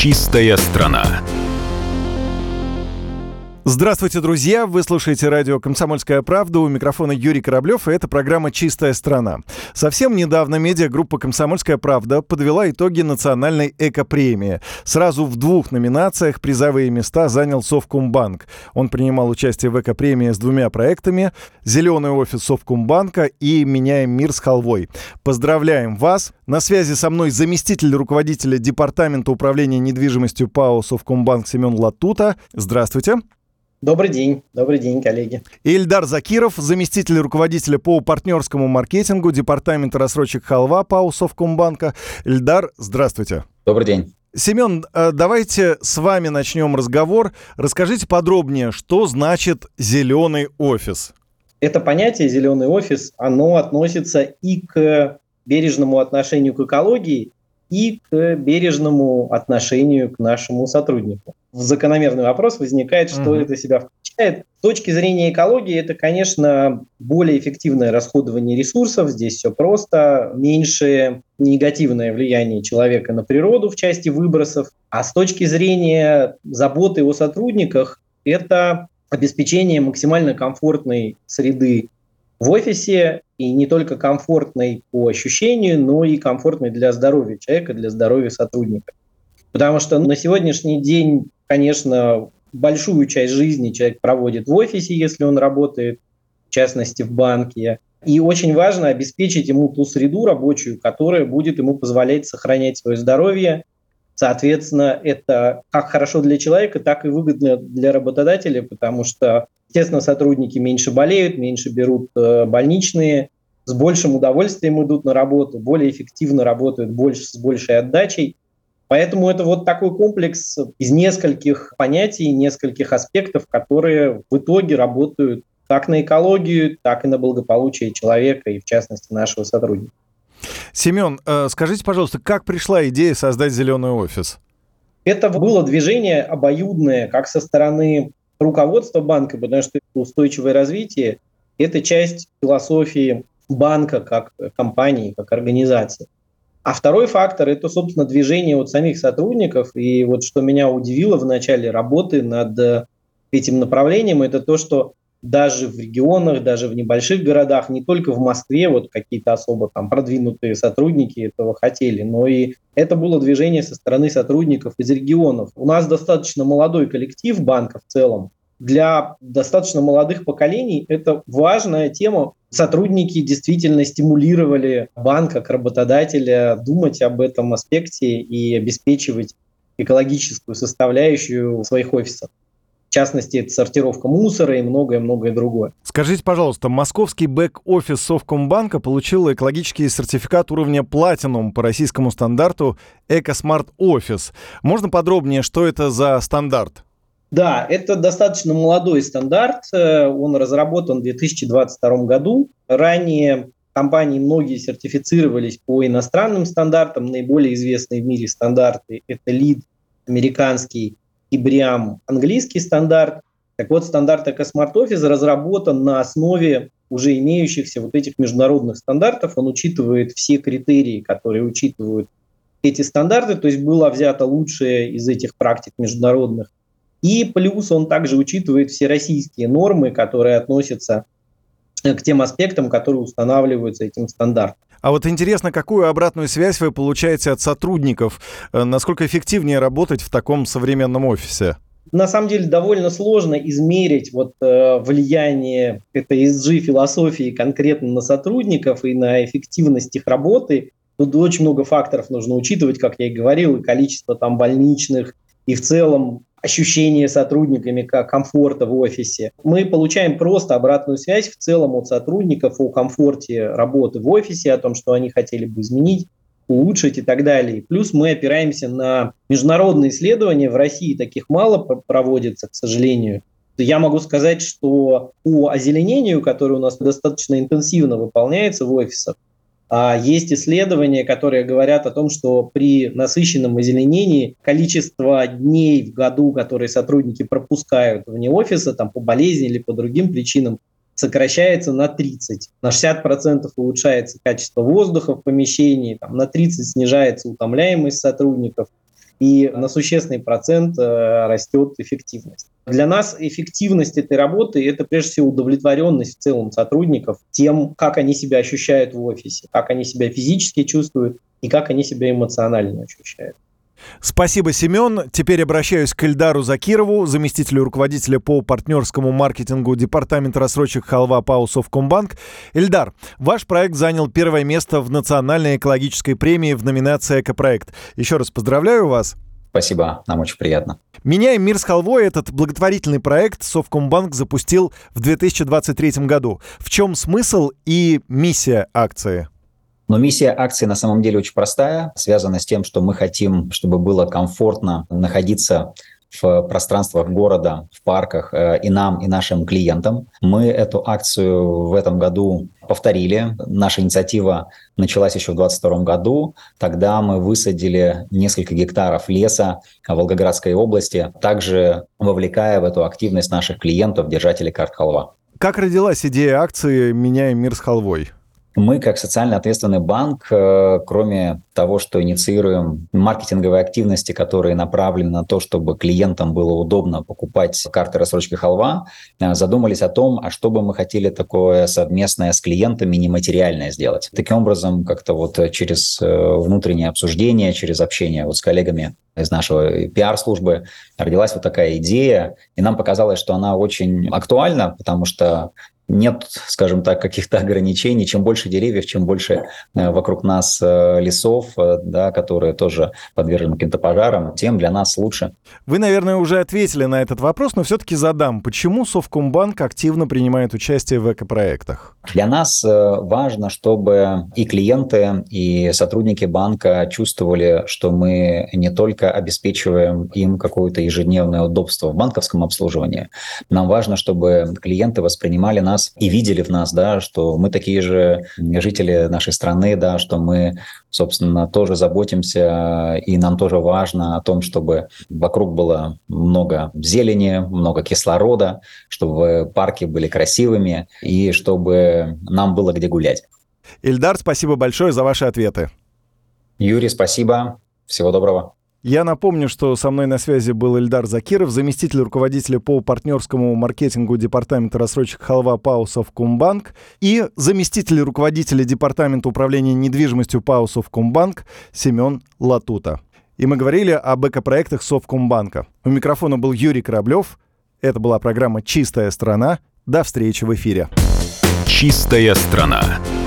Чистая страна. Здравствуйте, друзья! Вы слушаете радио «Комсомольская правда». У микрофона Юрий Кораблев, и это программа «Чистая страна». Совсем недавно медиагруппа «Комсомольская правда» подвела итоги национальной экопремии. Сразу в 2 номинациях призовые места занял Совкомбанк. Он принимал участие в экопремии с 2 проектами: «Зеленый офис Совкомбанка» и «Меняем мир с халвой». Поздравляем вас! На связи со мной заместитель руководителя Департамента управления недвижимостью ПАО «Совкомбанк» Семен Латута. Здравствуйте! Добрый день, коллеги. И Ильдар Закиров, заместитель руководителя по партнерскому маркетингу Департамента рассрочек халва ПАО Совкомбанка. Ильдар, здравствуйте. Добрый день. Семен, давайте с вами начнем разговор. Расскажите подробнее, что значит «зеленый офис». Это понятие «зеленый офис», оно относится и к бережному отношению к экологии, и к бережному отношению к нашему сотруднику. Закономерный вопрос возникает, что это себя включает. С точки зрения экологии, это, конечно, более эффективное расходование ресурсов. Здесь все просто. Меньше негативное влияние человека на природу в части выбросов. А с точки зрения заботы о сотрудниках, это обеспечение максимально комфортной среды в офисе, и не только комфортной по ощущению, но и комфортной для здоровья человека, для здоровья сотрудника. Потому что на сегодняшний день, конечно, большую часть жизни человек проводит в офисе, если он работает, в частности, в банке. И очень важно обеспечить ему ту среду рабочую, которая будет ему позволять сохранять свое здоровье. Соответственно, это как хорошо для человека, так и выгодно для работодателя, потому что, естественно, сотрудники меньше болеют, меньше берут больничные, с большим удовольствием идут на работу, более эффективно работают, с большей отдачей. Поэтому это вот такой комплекс из нескольких понятий, нескольких аспектов, которые в итоге работают как на экологию, так и на благополучие человека и, в частности, нашего сотрудника. Семен, скажите, пожалуйста, как пришла идея создать «зеленый офис»? Это было движение обоюдное как со стороны руководства банка, потому что устойчивое развитие – это часть философии банка как компании, как организации. А второй фактор – это, собственно, движение от самих сотрудников. И вот что меня удивило в начале работы над этим направлением – это то, что даже в регионах, даже в небольших городах, не только в Москве, вот какие-то особо там продвинутые сотрудники этого хотели, но и это было движение со стороны сотрудников из регионов. У нас достаточно молодой коллектив банка в целом. Для достаточно молодых поколений это важная тема. Сотрудники действительно стимулировали банк как работодателя думать об этом аспекте и обеспечивать экологическую составляющую своих офисов. В частности, это сортировка мусора и многое-многое другое. Скажите, пожалуйста, московский бэк-офис Совкомбанка получил экологический сертификат уровня Platinum по российскому стандарту «Экосмарт Офис». Можно подробнее, что это за стандарт? Да, это достаточно молодой стандарт. Он разработан в 2022 году. Ранее компании многие сертифицировались по иностранным стандартам. Наиболее известные в мире стандарты – это LEED американский и BREEAM английский стандарт. Так вот, стандарт EcoSmart Office разработан на основе уже имеющихся вот этих международных стандартов. Он учитывает все критерии, которые учитывают эти стандарты, то есть было взято лучшее из этих практик международных. И плюс он также учитывает все российские нормы, которые относятся к тем аспектам, которые устанавливаются этим стандартом. А вот интересно, какую обратную связь вы получаете от сотрудников? Насколько эффективнее работать в таком современном офисе? На самом деле довольно сложно измерить влияние этой ESG-философии конкретно на сотрудников и на эффективность их работы. Тут очень много факторов нужно учитывать, как я и говорил, и количество там больничных, и в целом ощущение сотрудниками как комфорта в офисе. Мы получаем просто обратную связь в целом от сотрудников о комфорте работы в офисе, о том, что они хотели бы изменить, улучшить и так далее. Плюс мы опираемся на международные исследования. В России таких мало проводится, к сожалению. Я могу сказать, что по озеленению, которое у нас достаточно интенсивно выполняется в офисах, есть исследования, которые говорят о том, что при насыщенном озеленении количество дней в году, которые сотрудники пропускают вне офиса, там, по болезни или по другим причинам, сокращается на 30. На 60% улучшается качество воздуха в помещении, там, на 30% снижается утомляемость сотрудников. и на существенный процент растет эффективность. Для нас эффективность этой работы – это прежде всего удовлетворенность в целом сотрудников тем, как они себя ощущают в офисе, как они себя физически чувствуют и как они себя эмоционально ощущают. Спасибо, Семен. Теперь обращаюсь к Ильдару Закирову, заместителю руководителя по партнерскому маркетингу департамента рассрочек «Халва» ПАО «Совкомбанк». Ильдар, ваш проект занял первое место в национальной экологической премии в номинации «Экопроект». Еще раз поздравляю вас. Спасибо, нам очень приятно. «Меняем мир с халвой» — этот благотворительный проект Совкомбанк запустил в 2023 году. В чем смысл и миссия акции? Но миссия акции на самом деле очень простая, связана с тем, что мы хотим, чтобы было комфортно находиться в пространствах города, в парках и нам, и нашим клиентам. Мы эту акцию в этом году повторили. Наша инициатива началась еще в 2022 году. Тогда мы высадили несколько гектаров леса в Волгоградской области, также вовлекая в эту активность наших клиентов, держателей карт халва. Как родилась идея акции «Меняем мир с халвой»? Мы, как социально ответственный банк, кроме того, что инициируем маркетинговые активности, которые направлены на то, чтобы клиентам было удобно покупать карты рассрочки халва, задумались о том, а что бы мы хотели такое совместное с клиентами нематериальное сделать. Таким образом, как-то вот через внутреннее обсуждение, через общение вот с коллегами из нашего пиар-службы родилась вот такая идея, и нам показалось, что она очень актуальна, потому что нет, скажем так, каких-то ограничений. Чем больше деревьев, чем больше вокруг нас лесов, да, которые тоже подвержены каким-то пожарам, тем для нас лучше. Вы, наверное, уже ответили на этот вопрос, но все-таки задам. Почему Совкомбанк активно принимает участие в экопроектах? Для нас важно, чтобы и клиенты, и сотрудники банка чувствовали, что мы не только обеспечиваем им какое-то ежедневное удобство в банковском обслуживании. Нам важно, чтобы клиенты воспринимали нас и видели в нас, да, что мы такие же жители нашей страны, да, что мы, собственно, тоже заботимся, и нам тоже важно о том, чтобы вокруг было много зелени, много кислорода, чтобы парки были красивыми и чтобы нам было где гулять. Ильдар, спасибо большое за ваши ответы. Юрий, спасибо. Всего доброго. Я напомню, что со мной на связи был Ильдар Закиров, заместитель руководителя по партнерскому маркетингу департамента рассрочек халва ПАО «Совкомбанк» и заместитель руководителя департамента управления недвижимостью ПАО «Совкомбанк» Семен Латута. И мы говорили об экопроектах Совкомбанка. У микрофона был Юрий Кораблев. Это была программа «Чистая страна». До встречи в эфире. «Чистая страна».